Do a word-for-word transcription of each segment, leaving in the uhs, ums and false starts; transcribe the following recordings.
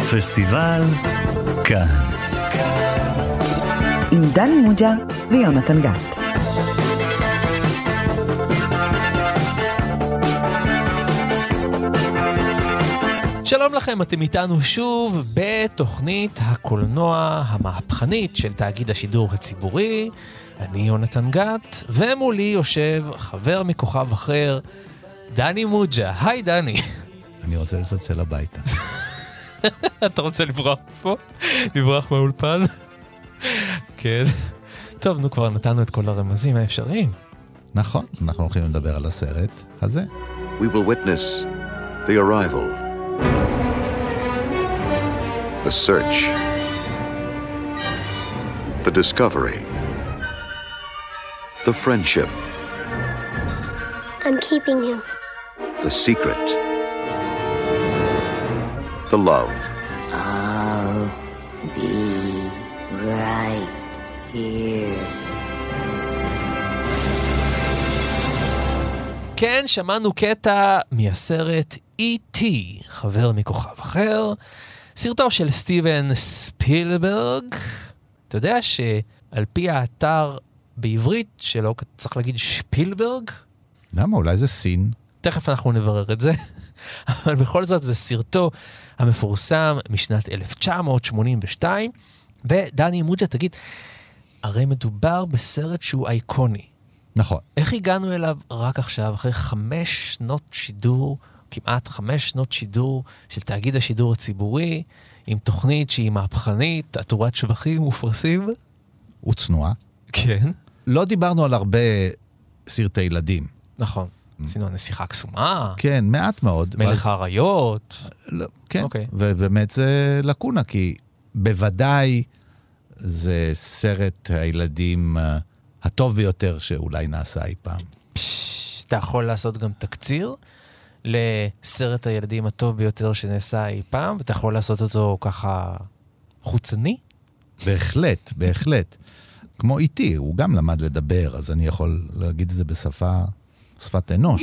פסטיבל כאן. עם דני מוג'ה ויונתן גת. שלום לכם, אתם איתנו שוב בתוכנית הקולנוע המהפכנית של תאגיד השידור הציבורי. אני יונתן גת, ומולי יושב חבר מכוכב אחר, דני מוג'ה. היי דני. אני רוצה לצלצל הביתה. אתה רוצה לברוח פה? לברוח מהאולפן? כן. טוב, נו, כבר נתנו את כל הרמזים האפשריים. נכון, אנחנו הולכים לדבר על הסרט הזה. We will witness the arrival, the search, the discovery, the friendship. I'm keeping him. The secret, the love. I'll be right here. כן, שמענו קטע מהסרט אי טי, חבר מכוכב אחר, סרטו של סטיבן ספילברג. אתה יודע שעל פי האתר בעברית שלו צריך להגיד שפילברג? למה? אולי זה סין? תכף אנחנו נברר את זה. אבל בכל זאת זה סרטו המפורסם משנת אלף תשע מאות שמונים ושתיים. ודני מוג'ה, תגיד, הרי מדובר בסרט שהוא אייקוני. נכון. איך הגענו אליו רק עכשיו, אחרי חמש שנות שידור, כמעט חמש שנות שידור של תאגיד השידור הציבורי, עם תוכנית שהיא מהפכנית, עטורת שבחים ופרסים? וצנועה. כן. לא דיברנו על הרבה סרטי ילדים. נכון. עשינו נסיכה קסומה. כן, מעט מאוד. מלך האריות. לא, כן, okay. ובאמת זה לקונה, כי בוודאי זה סרט הילדים הטוב ביותר שאולי נעשה אי פעם. פש, אתה יכול לעשות גם תקציר לסרט הילדים הטוב ביותר שנעשה אי פעם, ואתה יכול לעשות אותו ככה חוצני? בהחלט, בהחלט. כמו איתי, הוא גם למד לדבר, אז אני יכול להגיד את זה בשפה, שפת אנוש.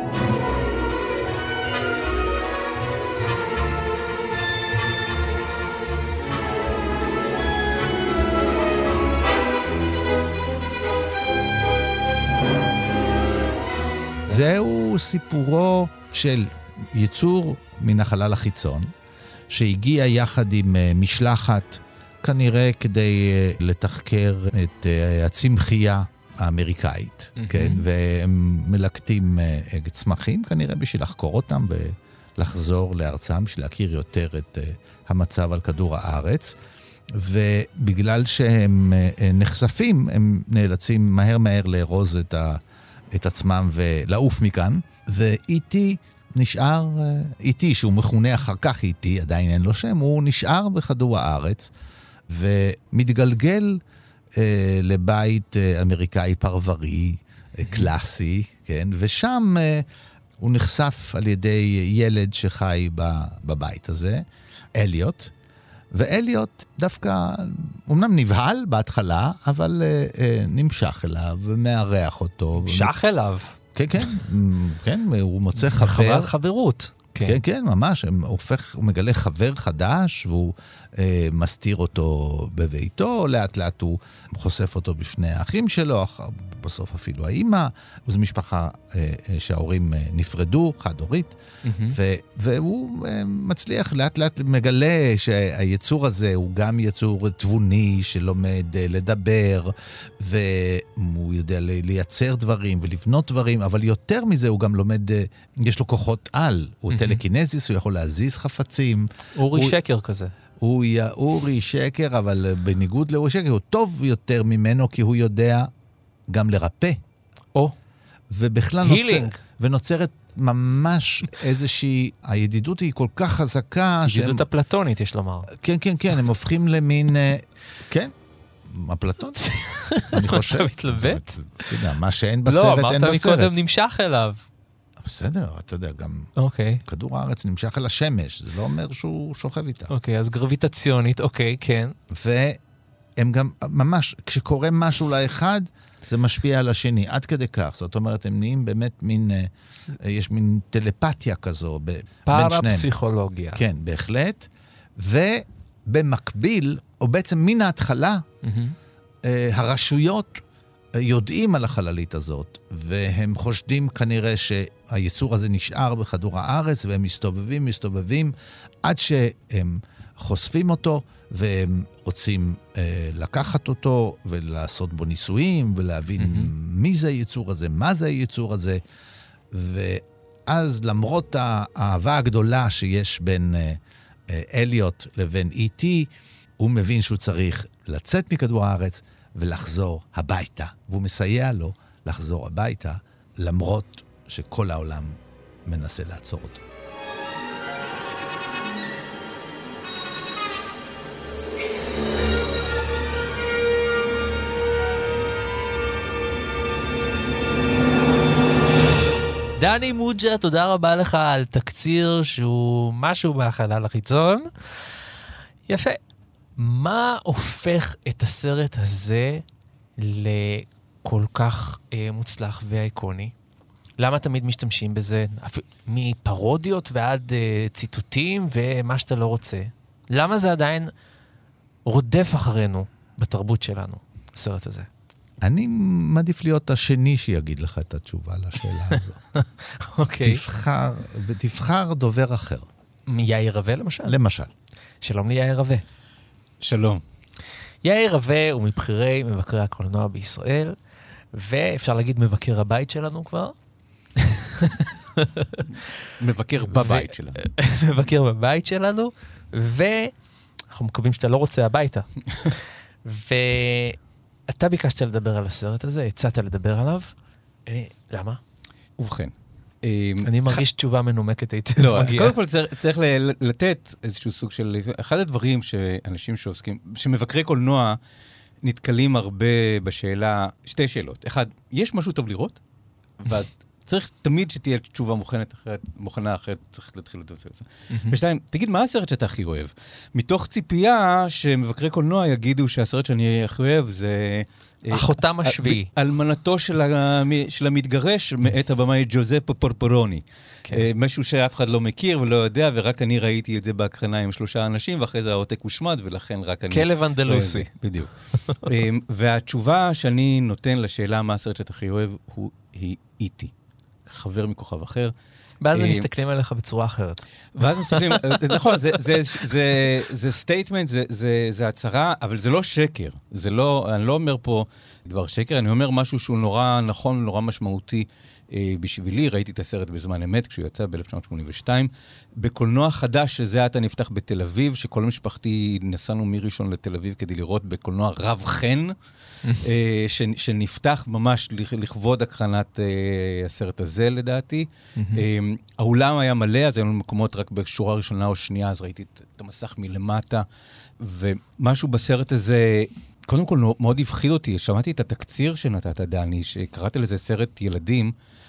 זהו סיפורו של יצור מן החלל החיצון, שהגיע יחד עם משלחת, כנראה כדי לתחקר את הצמחייה האמריקאית, mm-hmm. כן? והם מלקטים צמחים, כנראה בשביל לחקור אותם ולחזור לארצם, בשביל להכיר יותר את המצב על כדור הארץ. ובגלל שהם נחשפים, הם נאלצים מהר מהר לארוז את ה... את עצמם ולעוף מכאן, ואיטי נשאר, איטי שהוא מכונה אחר כך איטי, עדיין אין לו שם, הוא נשאר בכדור הארץ, ומתגלגל אה, לבית אה, אמריקאי פרברי, אה, קלאסי, כן? ושם אה, הוא נחשף על ידי ילד שחי בבית הזה, אליוט, ואליוט דווקא, אמנם נבהל בהתחלה, אבל אה, אה, נמשך אליו ומארח אותו. נמשך ומת... אליו. כן, כן, כן, הוא מוצא חבר. חבר חברות. כן, כן, כן, ממש, הוא הופך, הוא מגלה חבר חדש, והוא אה, מסתיר אותו בביתו, לאט לאט הוא חושף אותו בפני האחים שלו, בסוף אפילו האמא, זו משפחה אה, שההורים אה, נפרדו, חד-הורית, mm-hmm. ו, והוא אה, מצליח לאט לאט מגלה שהיצור הזה הוא גם יצור תבוני שלומד אה, לדבר, והוא יודע לייצר דברים ולבנות דברים, אבל יותר מזה הוא גם לומד, אה, יש לו כוחות על, הוא mm-hmm. טלקינזיס, הוא יכול להזיז חפצים. אורי הוא... שקר כזה. הוא יהיה אורי שקר, אבל בניגוד לאורי שקר, הוא טוב יותר ממנו, כי הוא יודע גם לרפא. או. ובכלל נוצר, ונוצרת ממש איזושהי, הידידות היא כל כך חזקה. ידידות הפלטונית, יש לומר. כן, כן, כן, הם הופכים למין, כן, הפלטונית. אני חושב. אתה מתלבט? אתה יודע, מה שאין בסרט, אין בסרט. לא, אמרת מקודם נמשך אליו. בסדר, אתה יודע, גם אוקיי. כדור הארץ נמשך אל השמש, זה לא אומר שהוא שוכב איתה. אוקיי, אז גרביטציונית, אוקיי, כן. והם גם, ממש, כשקורה משהו לאחד, זה משפיע על השני, עד כדי כך. זאת אומרת, הם נהיים באמת מין, יש מין טלפתיה כזו בין שניהם. פארה-פסיכולוגיה. כן, בהחלט. ובמקביל, או בעצם מן ההתחלה, Mm-hmm. הרשויות יודעים על החללית הזאת, והם חושדים כנראה שהיצור הזה נשאר בכדור הארץ, והם מסתובבים, מסתובבים, עד שהם חושפים אותו, והם רוצים אה, לקחת אותו, ולעשות בו ניסויים, ולהבין mm-hmm. מי זה היצור הזה, מה זה היצור הזה, ואז למרות האהבה הגדולה שיש בין אה, אה, אליוט לבין אי טי, הוא מבין שהוא צריך לצאת מכדור הארץ, ולחזור הביתה, והוא מסייע לו לחזור הביתה, למרות שכל העולם מנסה לעצור אותו. דני מוג'ה, תודה רבה לך על תקציר שהוא משהו מהחלל החיצון. יפה. מה הופך את הסרט הזה לכל כך אה, מוצלח ואיקוני? למה תמיד משתמשים בזה? מפרודיות ועד אה, ציטוטים ומה שאתה לא רוצה. למה זה עדיין רודף אחרינו בתרבות שלנו, הסרט הזה? אני מעדיף להיות השני שיגיד לך את התשובה לשאלה הזו. אוקיי. תבחר, ותבחר דובר אחר. יאיר רווה למשל? למשל. שלום לי יאיר רווה. שלום. יאיר רווה הוא מבחירי מבקרי הקולנוע בישראל, ואפשר להגיד מבקר הבית שלנו כבר. מבקר בבית שלנו. מבקר בבית שלנו, ואנחנו מקווים שאתה לא רוצה הביתה. ואתה ביקשת לדבר על הסרט הזה, הצעת לדבר עליו. למה? ובכן. אני מרגיש תשובה מנומקת היטב. לא, קודם כל צריך לתת איזשהו סוג של... אחד הדברים שאנשים שעוסקים, שמבקרי קולנוע נתקלים הרבה בשאלה, שתי שאלות. אחד, יש משהו טוב לראות? וצריך תמיד שתהיה תשובה מוכנת אחרת, מוכנה אחרת, צריך להתחיל את זה. ושתיים, תגיד, מה הסרט שאתה הכי אוהב? מתוך ציפייה שמבקרי קולנוע יגידו שהסרט שאני הכי אוהב זה... החותם השביעי. אלמנתו של המתגרש מאת הבמאי ג'וזפה פורפורוני. משהו שאף אחד לא מכיר ולא יודע, ורק אני ראיתי את זה בהקרנה עם שלושה אנשים, ואחרי זה העותק הושמד, ולכן רק אני... כלב אנדלוסי. בדיוק. והתשובה שאני נותן לשאלה מה הסרט שאתה הכי אוהב, היא איטי. חבר מכוכב אחר. ואז הם מסתכלים עליך בצורה אחרת. ואז מסתכלים, נכון, זה סטייטמנט, זה הצהרה, אבל זה לא שקר. זה לא, אני לא אומר פה דבר שקר, אני אומר משהו שהוא נורא נכון, נורא משמעותי בשבילי. ראיתי את הסרט בזמן אמת, כשהוא יצא ב-אלף תשע מאות שמונים ושתיים. בקולנוע חדש, שזה עתה נפתח בתל אביב, שכל משפחתי נסענו מראשון לתל אביב כדי לראות בקולנוע רב חן, שנפתח ממש לכבוד הקרנת הסרט הזה, לדעתי. האולם היה מלא, אז היו מקומות רק בשורה ראשונה או שנייה, אז ראיתי את המסך מלמטה, ומשהו בסרט הזה, קודם כל מאוד הפחיד אותי. שמעתי את התקציר שנתת, דני, שקראתי לזה סרט ילדים,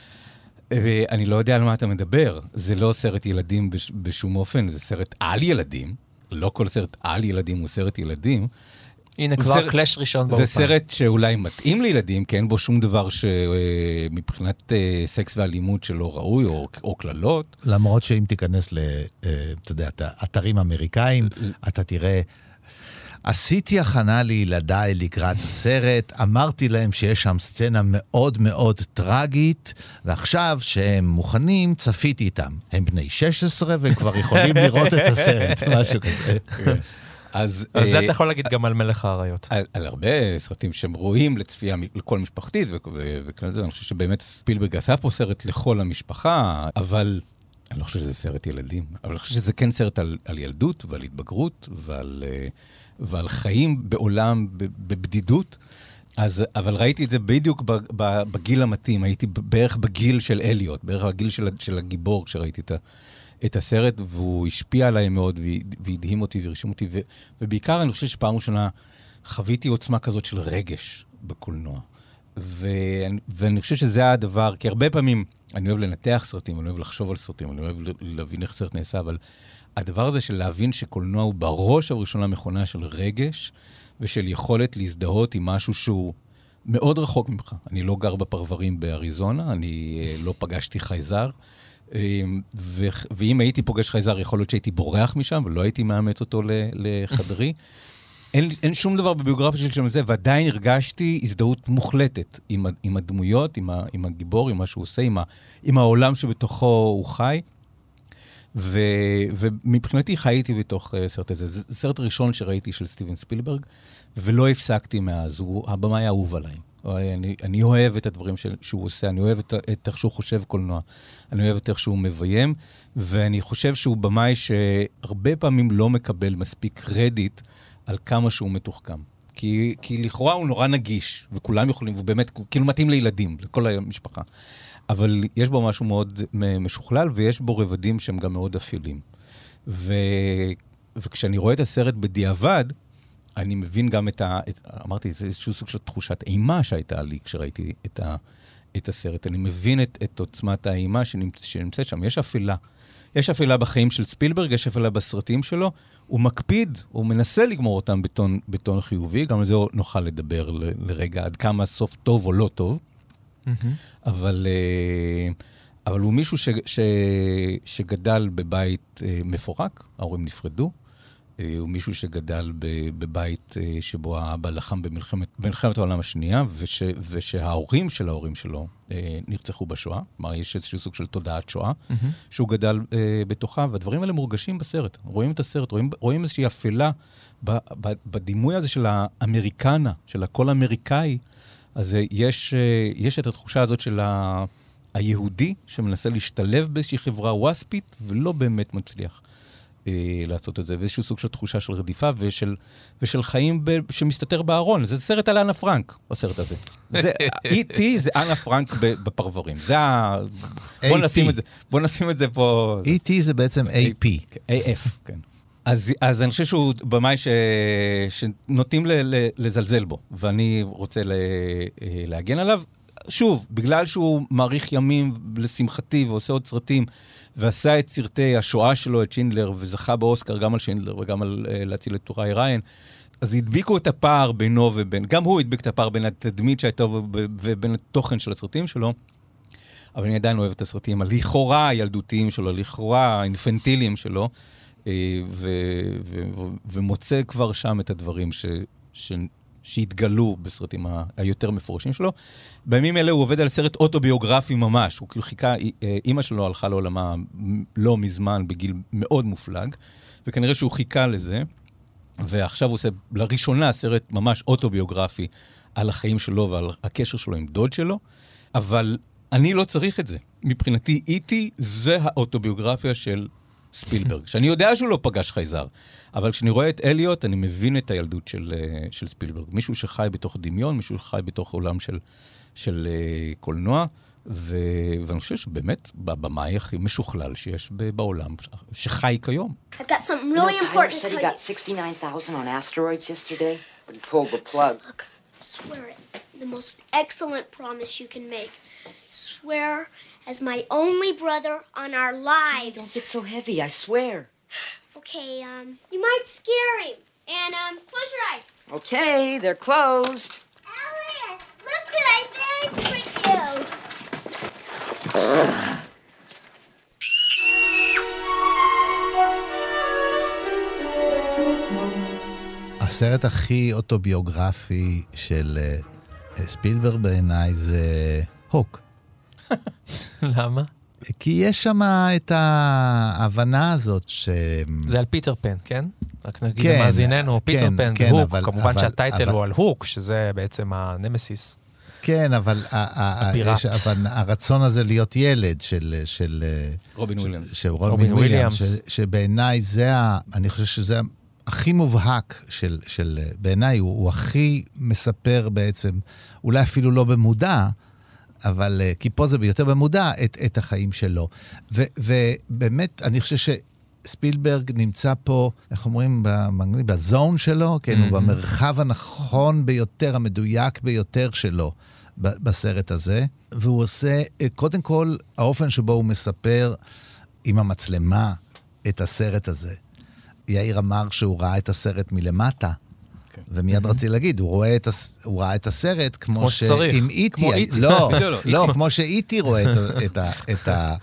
ואני לא יודע על מה אתה מדבר. זה לא סרט ילדים בשום אופן, זה סרט על ילדים. לא כל סרט על ילדים הוא סרט ילדים. הנה, כבר קלאש ראשון באופן. זה סרט שאולי מתאים לילדים, כי אין בו שום דבר שמבחינת סקס ואלימות שלא ראוי, או כללות. למרות שאם תיכנס לאתרים אמריקאים, אתה תראה... עשיתי הכנה לילדיי לקראת הסרט, אמרתי להם שיש שם סצנה מאוד מאוד טרגית, ועכשיו שהם מוכנים, צפיתי איתם. הם בני שש עשרה וכבר יכולים לראות את הסרט, משהו כזה. אז זה אתה יכול להגיד גם על מלך האריות. על הרבה סרטים שהם רואים לצפייה לכל משפחתית, וכאלה זה, אני חושב שבאמת ספילברג עשה פה סרט לכל המשפחה, אבל... אני לא חושב שזה סרט ילדים, אבל אני חושב שזה כן סרט על, על ילדות ועל התבגרות ועל, ועל חיים בעולם בבדידות. אז, אבל ראיתי את זה בדיוק בגיל המתאים, הייתי בערך בגיל של אליוט, בערך בגיל של, של הגיבור כשראיתי את, את הסרט, והוא השפיע עליי מאוד והדהים אותי והרשים אותי, ו, ובעיקר אני חושב שפעם ראשונה חוויתי עוצמה כזאת של רגש בקולנוע. ו, ואני חושב שזה הדבר, כי הרבה פעמים אני אוהב לנתח סרטים, אני אוהב לחשוב על סרטים, אני אוהב להבין איך סרט נעשה, אבל הדבר הזה של להבין שקולנוע הוא בראש הראשונה מכונה של רגש, ושל יכולת להזדהות עם משהו שהוא מאוד רחוק ממך. אני לא גר בפרברים באריזונה, אני לא פגשתי חייזר, ו- ואם הייתי פוגש חייזר, יכול להיות שהייתי בורח משם, ולא הייתי מאמץ אותו ל- לחדרי. אין, אין שום דבר בביוגרפיה של שם זה, ועדיין הרגשתי הזדהות מוחלטת עם, עם הדמויות, עם, ה, עם הגיבור, עם מה שהוא עושה, עם, ה, עם העולם שבתוכו הוא חי. ו, ומבחינתי חייתי בתוך uh, סרט הזה. זה סרט ראשון שראיתי של סטיבן ספילברג, ולא הפסקתי מאז. הוא הבמאי האהוב עליי. אני, אני אוהב את הדברים של, שהוא עושה, אני אוהב את, את איך שהוא חושב קולנוע, אני אוהב את איך שהוא מביים, ואני חושב שהוא במאי שהרבה פעמים לא מקבל מספיק קרדיט על כמה שהוא מתוחכם. כי, כי לכאורה הוא נורא נגיש, וכולם יכולים, והוא באמת כאילו מתאים לילדים, לכל המשפחה. אבל יש בו משהו מאוד משוכלל, ויש בו רבדים שהם גם מאוד אפלים. ו, וכשאני רואה את הסרט בדיעבד, אני מבין גם את ה... את, אמרתי, זה איזשהו סוג של תחושת אימה שהייתה לי כשראיתי את, ה, את הסרט. אני מבין את, את עוצמת האימה שנמצ, שנמצאת שם. יש אפילה. יש אפילה בחיים של ספילברג, יש אפילה בסרטים שלו. הוא מקפיד, הוא מנסה לגמור אותם בטון, בטון חיובי. גם על זה נוכל לדבר ל, לרגע, עד כמה סוף טוב או לא טוב. Mm-hmm. אבל, אבל הוא מישהו ש, ש, שגדל בבית מפורק, ההורים נפרדו. הוא מישהו שגדל בבית שבו האבא לחם במלחמת, במלחמת העולם השנייה, וש, ושההורים של ההורים שלו נרצחו בשואה. כלומר, יש איזשהו סוג של תודעת שואה, mm-hmm. שהוא גדל בתוכה, והדברים האלה מורגשים בסרט. רואים את הסרט, רואים, רואים איזושהי אפלה בדימוי הזה של האמריקנה, של הקול האמריקאי. אז יש, יש את התחושה הזאת של ה, היהודי, שמנסה להשתלב באיזושהי חברה ווספית, ולא באמת מצליח. לעשות את זה, ואיזשהו סוג של תחושה של רדיפה ושל, ושל חיים ב, שמסתתר בארון. זה סרט על אנה פרנק, הסרט הזה. זה, אי טי זה אנה פרנק בפרברים. זה ה... בוא נשים את זה, בוא נשים את זה פה. אי טי זה בעצם איי פי. איי אף, כן. אז, אז אני חושב שהוא במאי ש... שנוטים ל... ל... לזלזל בו, ואני רוצה ל... להגן עליו. שוב, בגלל שהוא מעריך ימים לשמחתי ועושה עוד סרטים, ועשה את סרטי השואה שלו, את שינדלר, וזכה באוסקר גם על שינדלר וגם על uh, להציל את טוראי ריין, אז הדביקו את הפער בינו ובין, גם הוא הדביק את הפער בין התדמית שהייתה ובין התוכן של הסרטים שלו, אבל אני עדיין אוהב את הסרטים הלכאורה הילדותיים שלו, לכאורה האינפנטיליים שלו, ו- ו- ו- ומוצא כבר שם את הדברים ש... ש- שהתגלו בסרטים היותר מפורשים שלו. בימים אלה הוא עובד על סרט אוטוביוגרפי ממש. הוא כאילו חיכה, אמא שלו הלכה לעולמה לא מזמן, בגיל מאוד מופלג, וכנראה שהוא חיכה לזה, ועכשיו הוא עושה לראשונה סרט ממש אוטוביוגרפי על החיים שלו ועל הקשר שלו עם דוד שלו, אבל אני לא צריך את זה. מבחינתי, איטי זה האוטוביוגרפיה של ספילברג, שאני יודע שהוא לא פגש חייזר, אבל כשאני רואה את אליוט, אני מבין את הילדות של, של ספילברג. מישהו שחי בתוך דמיון, מישהו שחי בתוך עולם של, של uh, קולנוע, ו... ואני חושב שבאמת, בבמאי הכי משוכלל שיש בעולם, שחי כיום. I've got something really important to said tell he you. got sixty-nine thousand on asteroids yesterday, but he pulled the plug. Look, swear it. The most excellent promise you can make. Swear as my only brother on our lives. Don't get so heavy, I swear. Okay, um, you might scare him. And, um, close your eyes. Okay, they're closed. Elliot, look what I made for you. הסרט הכי אוטוביוגרפי של ספילברג בעיניי זה הוק. למה? כי יש שם את ההבנה הזאת ש... זה על פיטר פן, כן? רק נגיד כן, למאזיננו, פיטר כן, פן כן, והוק, אבל- כמובן אבל- שהטייטל אבל- הוא על הוק, שזה בעצם הנמסיס. כן, אבל ה- ה- הפיראט. יש- אבל הרצון הזה להיות ילד של... של רובין וויליאמס. של רובין רובין וויליאמס, וויליאמס. ש- שבעיניי זה, ה- אני חושב שזה הכי מובהק של, של בעיניי, הוא, הוא הכי מספר בעצם, אולי אפילו לא במודע, אבל כי פה זה ביותר במודע, את, את החיים שלו. ו, ובאמת, אני חושב שספילברג נמצא פה, איך אומרים, באנגלית, בזון שלו, כן, הוא במרחב הנכון ביותר, המדויק ביותר שלו בסרט הזה, והוא עושה, קודם כל, האופן שבו הוא מספר עם המצלמה את הסרט הזה. יאיר אמר שהוא ראה את הסרט מלמטה, ומיד רציתי להגיד, הוא רואה את הס... הוא ראה את הסרט כמו, כמו ש... שצריך. עם איטי, כמו איטי. לא, לא, לא. לא, כמו שאיטי רואה את, ה- את, ה... את, ה...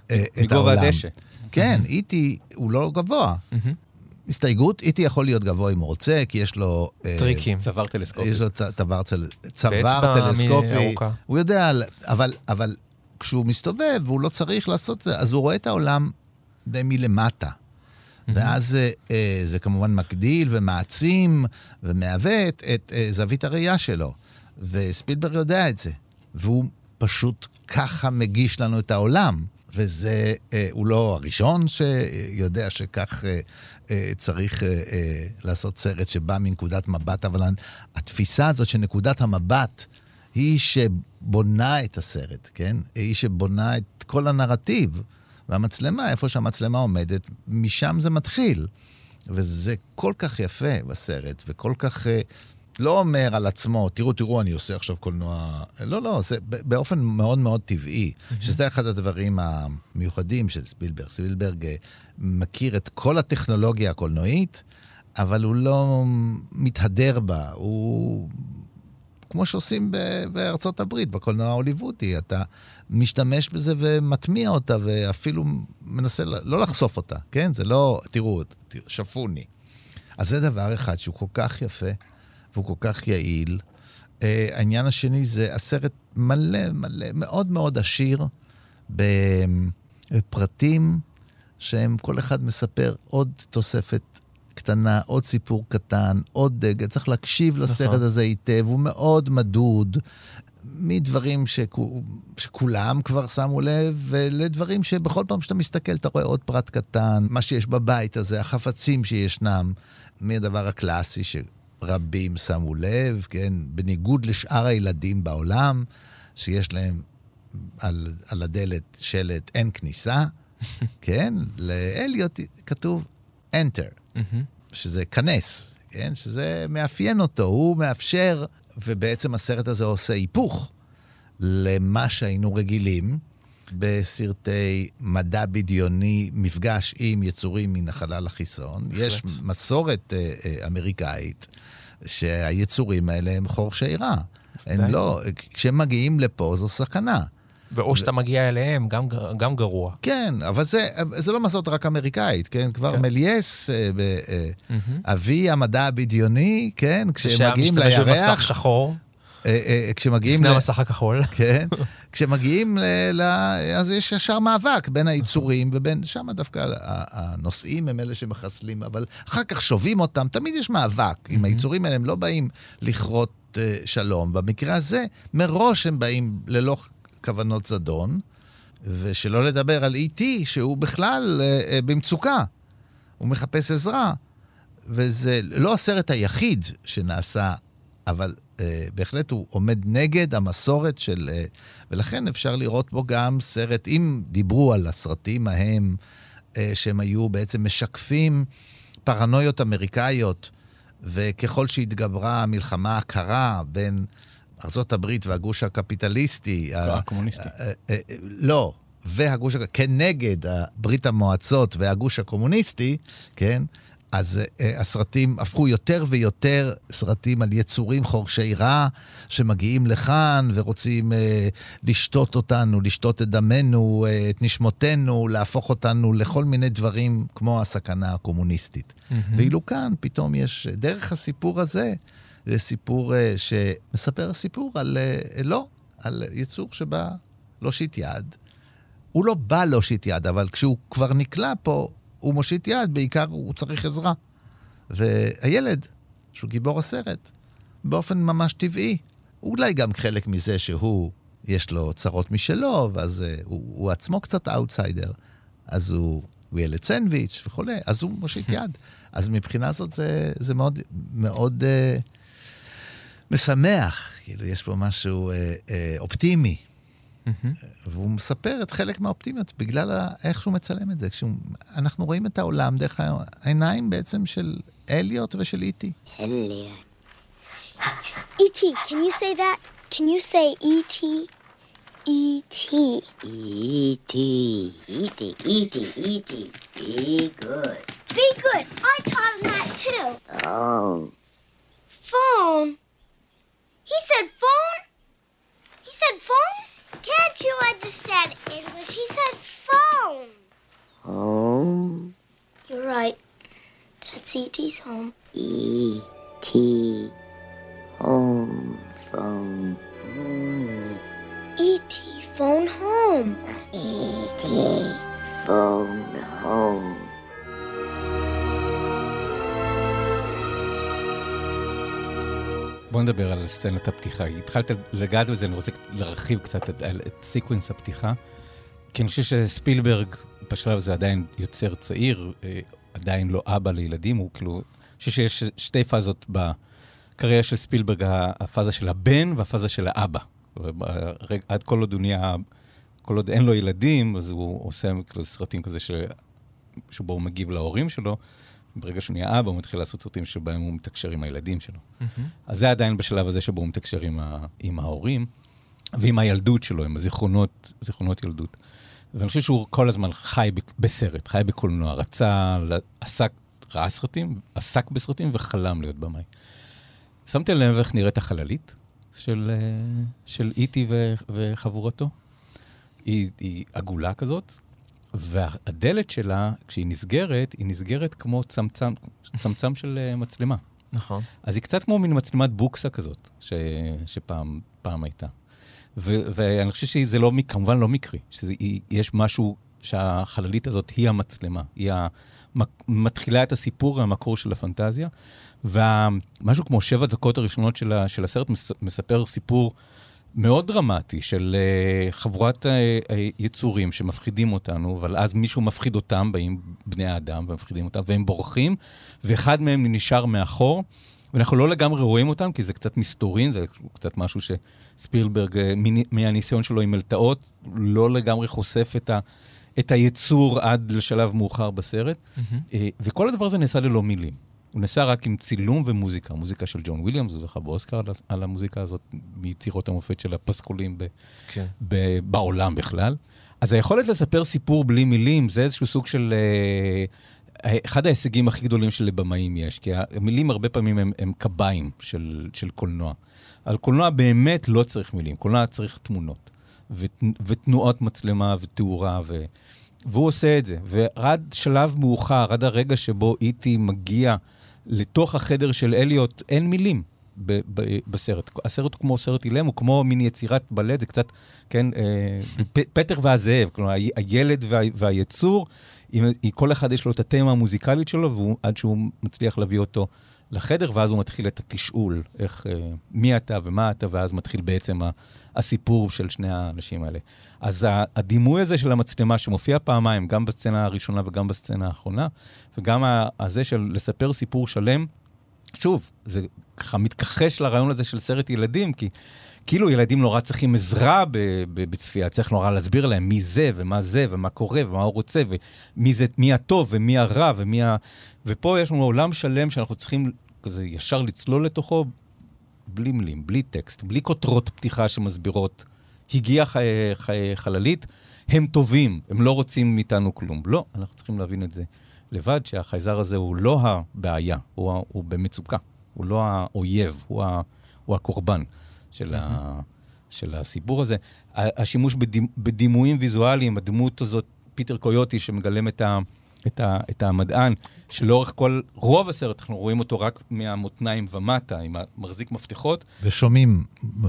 אה, את מגובה העולם. הדשא. כן, איטי הוא לא גבוה. הסתייגות, איטי יכול להיות גבוה אם הוא רוצה, כי יש לו... אה, טריקים. צוואר טלסקופי. יש לו צ- צוואר צל- צוואר באצבע טלסקופי. ארוכה. הוא יודע, על- אבל, אבל כשהוא מסתובב, והוא לא צריך לעשות את זה, אז הוא רואה את העולם די מלמטה. ואז אה, זה כמובן מקדיל ומעצים ומעוות את אה, זווית הראייה שלו. וספילברג יודע את זה. והוא פשוט ככה מגיש לנו את העולם. וזה, אה, הוא לא הראשון שיודע שכך אה, אה, צריך אה, אה, לעשות סרט שבא מנקודת מבט, אבל התפיסה הזאת שנקודת המבט היא שבונה את הסרט, כן? היא שבונה את כל הנרטיב. והמצלמה, איפה שהמצלמה עומדת, משם זה מתחיל. וזה כל כך יפה בסרט, וכל כך אה, לא אומר על עצמו, תראו, תראו, אני עושה עכשיו קולנוע... לא, לא, זה באופן מאוד מאוד טבעי, שזה אחד הדברים המיוחדים של ספילברג. ספילברג אה, מכיר את כל הטכנולוגיה הקולנועית, אבל הוא לא מתהדר בה, הוא... כמו שעושים בארצות הברית, בקולנוע ההוליוודי, אתה משתמש בזה ומטמיע אותה, ואפילו מנסה לא לחשוף אותה, כן? זה לא, תראו, שפוני. אז זה דבר אחד שהוא כל כך יפה, והוא כל כך יעיל. העניין השני זה הסרט מלא, מלא, מאוד מאוד עשיר, בפרטים שהם כל אחד מספר עוד תוספת קטנה, עוד סיפור קטן, עוד דגל, צריך להקשיב לסרט הזה היטב, הוא מאוד מדוד, מדברים שכו, שכולם כבר שמו לב, ולדברים שבכל פעם שאתה מסתכל, אתה רואה עוד פרט קטן, מה שיש בבית הזה, החפצים שישנם, מהדבר הקלאסי שרבים שמו לב, כן, בניגוד לשאר הילדים בעולם, שיש להם על, על הדלת שלט אין כניסה, כן, לאליוט כתוב enter. שזה כנס, כן? שזה מאפיין אותו, הוא מאפשר, ובעצם הסרט הזה עושה היפוך למה שהיינו רגילים בסרטי מדע בדיוני, מפגש עם יצורים מן החלל החיצון. יש מסורת אה, אה, אמריקאית שהיצורים האלה הם חורשי רע. הם לא, כשהם מגיעים לפה זו סכנה. ואו שאתה מגיע אליהם, גם, גם גרוע. כן, אבל זה, זה לא מסורת רק אמריקאית, כן? כבר כן. מליאס, mm-hmm. אבי המדע הבדיוני, כן? כשהם מגיעים לירח... שהמשתמש במסך שחור. כשמגיעים... לפני המסך הכחול. כן. כשמגיעים ל... אז יש ישר מאבק בין היצורים, ובין... שם דווקא הנושאים הם אלה שמחסלים, אבל אחר כך שובים אותם, תמיד יש מאבק. עם היצורים האלה הם לא באים לכרות שלום. במקרה הזה, מראש הם באים ללא... כוונות זדון, ושלא לדבר על איטי, שהוא בכלל אה, במצוקה. הוא מחפש עזרה. וזה לא הסרט היחיד שנעשה, אבל אה, בהחלט הוא עומד נגד המסורת של... אה, ולכן אפשר לראות בו גם סרט, אם דיברו על הסרטים ההם, אה, שהם היו בעצם משקפים פרנויות אמריקאיות, וככל שהתגברה המלחמה הקרה בין... ארצות הברית והגוש הקפיטליסטי. הקומוניסטי. לא, והגוש, כנגד ברית המועצות והגוש הקומוניסטי, כן? אז הסרטים הפכו יותר ויותר סרטים על יצורים חורשי רע, שמגיעים לכאן ורוצים לשתות אותנו, לשתות את דמנו, את נשמותינו, להפוך אותנו לכל מיני דברים כמו הסכנה הקומוניסטית. ואילו כאן פתאום יש, דרך הסיפור הזה, זה סיפור שמספר סיפור על, לא, על יצור שבא להושיט יד. הוא לא בא להושיט יד, אבל כשהוא כבר נקלע פה, הוא מושיט יד, בעיקר הוא צריך עזרה. והילד, שהוא גיבור הסרט, באופן ממש טבעי, אולי גם חלק מזה שהוא, יש לו צרות משלו, ואז הוא, הוא עצמו קצת אאוטסיידר, אז הוא, הוא ילד סנדוויץ' וכו', אז הוא מושיט יד. אז מבחינה זאת זה, זה מאוד, מאוד אה, משמח, כאילו יש פה משהו אה, אה, אופטימי. והוא מספר את חלק מהאופטימיות בגלל איך שהוא מצלם את זה. אנחנו רואים את העולם דרך העיניים בעצם של אליוט ושל איטי. אליוט. איטי, can you say that? Can you say איטי? איטי. E.T. E.T. E.T. E.T. Be good. Be good. I taught him that too. Phone. Phone? He said phone? He said phone? Can't you understand English? He said phone. That's E T's home. E T home phone. Mm. E T phone home. E T phone home. בוא נדבר על סצנת הפתיחה. התחלת לגעת בזה, אני רוצה להרחיב קצת את, את סיקוונס הפתיחה, כי אני חושב שספילברג בשלב הזה עדיין יוצר צעיר, עדיין לא אבא לילדים, הוא כאילו, אני חושב שיש שתי פאזות בקריירה של ספילברג, הפאזה של הבן והפאזה של האבא. עד כל עוד הוא נהיה, כל עוד אין לו ילדים, אז הוא עושה סרטים כזה ש... שבו הוא מגיב להורים שלו, ברגע שהוא נהיה אבא, הוא מתחיל לעשות סרטים שבהם הוא מתקשר עם הילדים שלו. Mm-hmm. אז זה עדיין בשלב הזה שבו הוא מתקשר עם, ה... עם ההורים, ועם הילדות שלו, עם הזיכרונות, זיכרונות ילדות. ואני חושב שהוא כל הזמן חי בסרט, חי בקולנוע, רצה, עסק, ראה סרטים, עסק בסרטים וחלם להיות במאי. שמתם לב איך נראית החללית של, של איטי ו, וחבורתו? היא, היא עגולה כזאת, והדלת שלה, כשהיא נסגרת, היא נסגרת כמו צמצם, צמצם של מצלמה. נכון. אז היא קצת כמו מין מצלמת בוקסה כזאת, ש, שפעם פעם הייתה. ו- ואני חושב שזה לא, כמובן לא מקרי, שיש משהו שהחללית הזאת היא המצלמה, היא מתחילה את הסיפור, המקור של הפנטזיה, ומשהו כמו שבע דקות הראשונות של, ה- של הסרט מספר סיפור מאוד דרמטי של uh, חבורת uh, יצורים שמפחידים אותנו, אבל אז מישהו מפחיד אותם, באים בני האדם ומפחידים אותם, והם בורחים, ואחד מהם נשאר מאחור, ואנחנו לא לגמרי רואים אותם, כי זה קצת מסתורין, זה קצת משהו שספילברג, מהניסיון שלו עם מלטאות, לא לגמרי חושף את, ה, את היצור עד לשלב מאוחר בסרט. Mm-hmm. וכל הדבר הזה נעשה ללא מילים. הוא נעשה רק עם צילום ומוזיקה. מוזיקה של ג'ון וויליאמס, הוא זכה באוסקר על המוזיקה הזאת, מיצירות המופת של הפסקולים ב, כן. ב, בעולם בכלל. אז היכולת לספר סיפור בלי מילים, זה איזשהו סוג של... אחד ההישגים הכי גדולים של במאים יש, כי המילים הרבה פעמים הם, הם קביים של, של קולנוע. על קולנוע באמת לא צריך מילים, קולנוע צריך תמונות, ות, ותנועות מצלמה ותאורה, ו, והוא עושה את זה. ועד שלב מאוחר, עד הרגע שבו איטי מגיע לתוך החדר של אליוט, אין מילים ב, ב, בסרט. הסרט הוא כמו סרט אילם, הוא כמו מין יצירת בלט, זה קצת, כן, אה, פ, פטר והזאב, כלומר, הילד וה, והיצור, כל אחד יש לו את התמה המוזיקלית שלו, ועד שהוא מצליח להביא אותו לחדר, ואז הוא מתחיל את התשאול, איך, מי אתה ומה אתה, ואז מתחיל בעצם הסיפור של שני האנשים האלה. אז הדימוי הזה של המצלמה, שמופיע פעמיים, גם בסצנה הראשונה וגם בסצנה האחרונה, וגם הזה של לספר סיפור שלם, שוב, זה ככה מתכחש לרעיון הזה של סרט ילדים, כי כאילו ילדים נורא צריכים עזרה בצפייה, צריך נורא להסביר להם מי זה ומה זה ומה קורה ומה הוא רוצה, ומי זה, מי הטוב ומי הרע ומי ה... ופה יש לנו עולם שלם שאנחנו צריכים כזה ישר לצלול לתוכו, בלי מילים, בלי טקסט, בלי כותרות פתיחה שמסבירות, הגיעה חי... חי... חללית, הם טובים, הם לא רוצים מאיתנו כלום. לא, אנחנו צריכים להבין את זה לבד, שהחייזר הזה הוא לא הבעיה, הוא, הוא במצוקה, הוא לא האויב, הוא, ה... הוא הקורבן. של, ה, של הסיפור הזה. השימוש בדימ, בדימויים ויזואליים, הדמות הזאת, פיטר קויוטי, שמגלם את, ה, את, ה, את המדען, שלאורך כל, רוב הסרט, אנחנו רואים אותו רק מהמותניים ומטה, עם המחזיק מפתחות. ושומעים,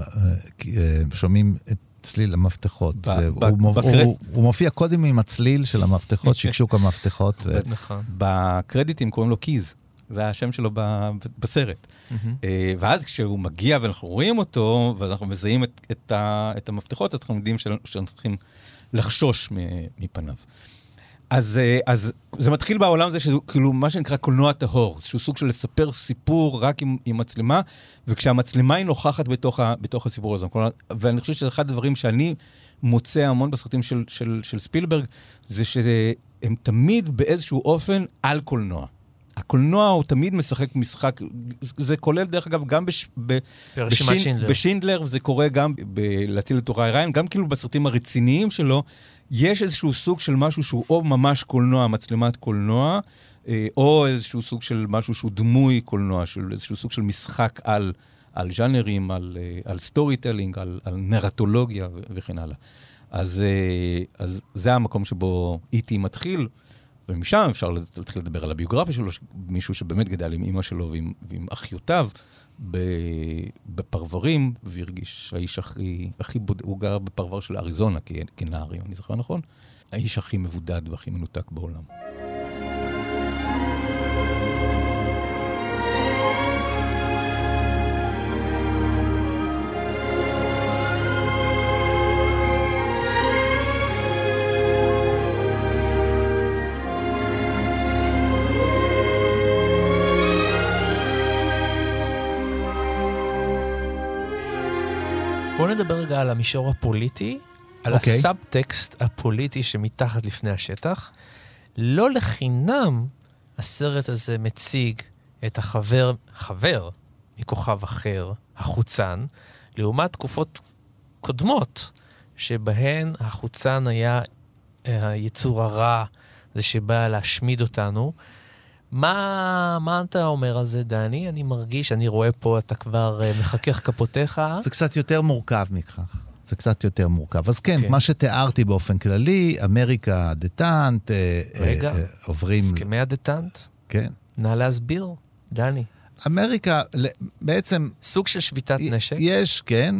שומעים את צליל המפתחות. ב, זה, ב, הוא, בקרד... הוא, הוא מופיע קודם עם הצליל של המפתחות, שקשוק המפתחות. ו... נכון. בקרדיטים קוראים לו קיז. זה השם שלו בסרט. ואז כשהוא מגיע ואנחנו רואים אותו, ואנחנו מזהים את, את, ה, את המפתחות, אז אנחנו יודעים שאנחנו צריכים לחשוש מפניו. אז, אז זה מתחיל בעולם הזה, שזה כאילו מה שנקרא קולנוע טהור, שהוא סוג של לספר סיפור רק עם, עם מצלמה, וכשהמצלמה היא נוכחת בתוך, ה, בתוך הסיפור הזה. ואני חושב שזה אחד הדברים שאני מוצא המון בסרטים של, של, של ספילברג, זה שהם תמיד באיזשהו אופן על קולנוע. הקולנוע הוא תמיד משחק משחק, זה כולל דרך אגב גם בש, ב, בשין, בשינדלר, וזה קורה גם בלהציל את אורי ריין, גם כאילו בסרטים הרציניים שלו, יש איזשהו סוג של משהו שהוא או ממש קולנוע, מצלמת קולנוע, או איזשהו סוג של משהו שהוא דמוי קולנוע, של איזשהו סוג של משחק על, על ז'אנרים, על, על סטורי טלינג, על, על נרטולוגיה וכן הלאה. אז, אז זה המקום שבו איטי מתחיל, ומשם אפשר להתחיל לדבר על הביוגרפיה שלו, מישהו שבאמת גדל עם אמא שלו ועם, ועם אחיותיו בפרברים, והרגיש האיש הכי, הכי בוד... הוא גר בפרבר של אריזונה, כנער, אם אני זוכר נכון, האיש הכי מבודד והכי מנותק בעולם. בואו נדבר רגע על המישור הפוליטי, על אוקיי. הסאבטקסט הפוליטי שמתחת לפני השטח. לא לחינם הסרט הזה מציג את החבר, חבר מכוכב אחר, החוצן, לעומת תקופות קודמות, שבהן החוצן היה היצור הרע, זה שבא להשמיד אותנו. מה, מה אתה אומר על זה, דני? אני מרגיש, אני רואה פה, אתה כבר מחכך כפותיך. זה קצת יותר מורכב מכך. זה קצת יותר מורכב. אז כן, כן. מה שתיארתי באופן כללי, אמריקה דטנט, רגע, אה, אה, עוברים... הסכמי הדטנט? כן. נא להסביר, דני. אמריקה, בעצם... סוג של שביתת נשק? יש, כן.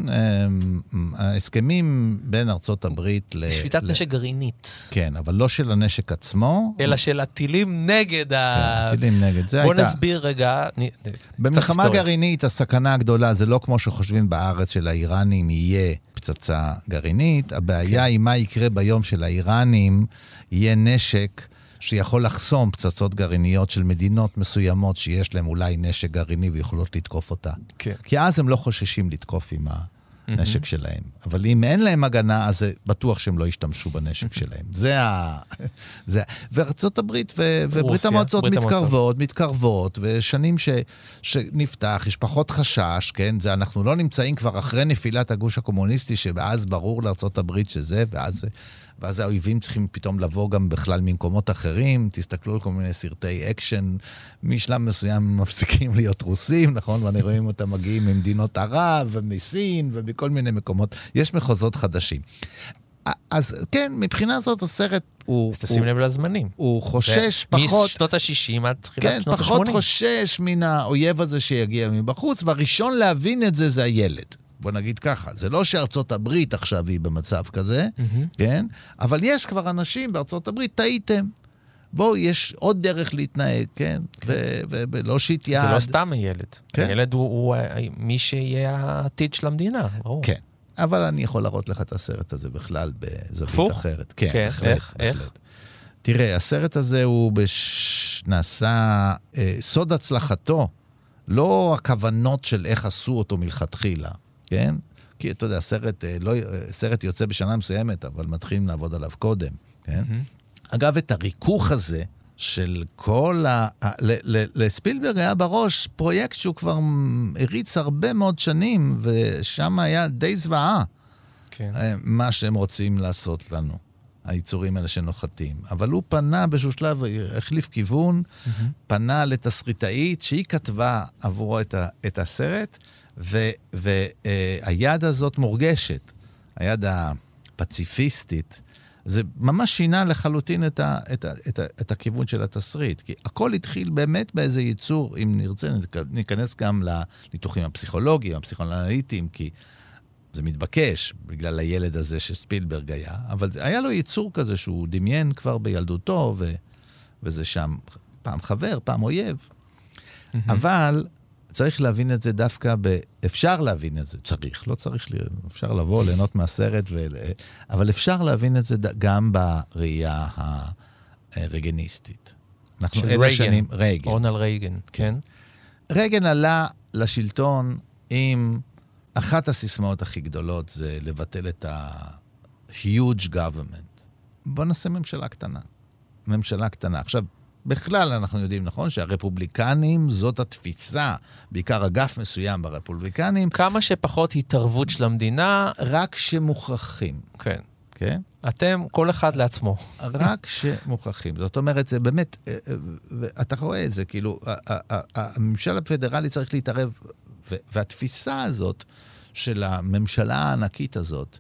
ההסכמים בין ארצות הברית ל... שביתת נשק גרעינית. כן, אבל לא של הנשק עצמו. אלא של הטילים נגד ה... הטילים נגד, זה הייתה... בוא נסביר רגע... במלחמה גרעינית, הסכנה הגדולה, זה לא כמו שחושבים בארץ של האיראנים יהיה פצצה גרעינית. הבעיה היא מה יקרה ביום של האיראנים, יהיה נשק... שיכול לחסום פצצות גרעיניות של מדינות מסוימות שיש להם אולי נשק גרעיני ויכולות לתקוף אותה. כן. כי אז הם לא חוששים לתקוף עם הנשק mm-hmm. שלהם. אבל אם אין להם הגנה, אז זה בטוח שהם לא ישתמשו בנשק שלהם. זה ה... זה... וארצות הברית ו... וברית המועצות מתקרבות, מתקרבות, ושנים ש... שנפתח, יש פחות חשש, כן? זה אנחנו לא נמצאים כבר אחרי נפילת הגוש הקומוניסטי, שאז ברור לארצות הברית שזה, ואז... ואז האויבים צריכים פתאום לבוא גם בכלל ממקומות אחרים, תסתכלו על כל מיני סרטי אקשן, משלב מסוים מפסיקים להיות רוסים, נכון? ואני רואים אותם מגיעים ממדינות ערב ומסין ומכל מיני מקומות, יש מחוזות חדשים. אז כן, מבחינה זאת הסרט הוא... תשים לב לזמנים. הוא חושש פחות... משנות ה-שישים עד תחילת כן, שנות ה-שמונים. פחות חושש מן האויב הזה שיגיע מבחוץ, והראשון להבין את זה זה הילד. בוא נגיד ככה, זה לא שארצות הברית עכשיו היא במצב כזה, mm-hmm. כן? אבל יש כבר אנשים בארצות הברית, טעיתם. בואו, יש עוד דרך להתנהג, כן? ולהושיט יד. זה לא סתם הילד. כן? הילד הוא, הוא מי שיהיה העתיד של המדינה. ברור. כן, אבל אני יכול להראות לך את הסרט הזה בכלל בזווית פוך? אחרת. כן, כן. בהחלט, איך? בהחלט. איך? תראה, הסרט הזה הוא בש... נעשה אה, סוד הצלחתו, לא הכוונות של איך עשו אותו מלכתחילה. כן? כי אתה יודע, הסרט, לא, סרט יוצא בשנה מסוימת, אבל מתחילים לעבוד עליו קודם, כן? Mm-hmm. אגב, את הריכוך הזה של כל ה... ל, ל, לספילברג היה בראש פרויקט שהוא כבר הריץ הרבה מאוד שנים, ושם היה די זוועה, כן. מה שהם רוצים לעשות לנו, היצורים האלה שנוחתים. אבל הוא פנה בשביל שלב, החליף כיוון, mm-hmm. פנה לתסריטאית שהיא כתבה עבורו את, ה, את הסרט, והיד הזאת מורגשת, היד הפציפיסטית, זה ממש שינה לחלוטין את, ה, את, ה, את, ה, את הכיוון של התסריט, כי הכל התחיל באמת באיזה ייצור, אם נרצה, ניכנס גם לניתוחים הפסיכולוגיים, הפסיכואנליטיים, כי זה מתבקש בגלל הילד הזה שספילברג היה, אבל היה לו ייצור כזה שהוא דמיין כבר בילדותו, ו, וזה שם פעם חבר, פעם אויב. Mm-hmm. אבל... צריך להבין את זה דווקא, ב... אפשר להבין את זה, צריך, לא צריך, אפשר לבוא, ליהנות מהסרט, ו... אבל אפשר להבין את זה גם בראייה הרייגניסטית. של רייגן, שנים... רייגן. רונלד רייגן, כן. רייגן עלה לשלטון עם אחת הסיסמאות הכי גדולות, זה לבטל את ה-huge government. בוא נעשה ממשלה קטנה. ממשלה קטנה. עכשיו, בכלל אנחנו יודעים, נכון, שהרפובליקנים זאת התפיסה, בעיקר אגף מסוים ברפובליקנים. כמה שפחות התערבות של המדינה. רק שמוכרחים. כן. כן? אתם, כל אחד לעצמו. רק שמוכרחים. זאת אומרת, זה באמת, אתה רואה את זה, כאילו, הממשל הפדרלי צריך להתערב, והתפיסה הזאת של הממשלה הענקית הזאת,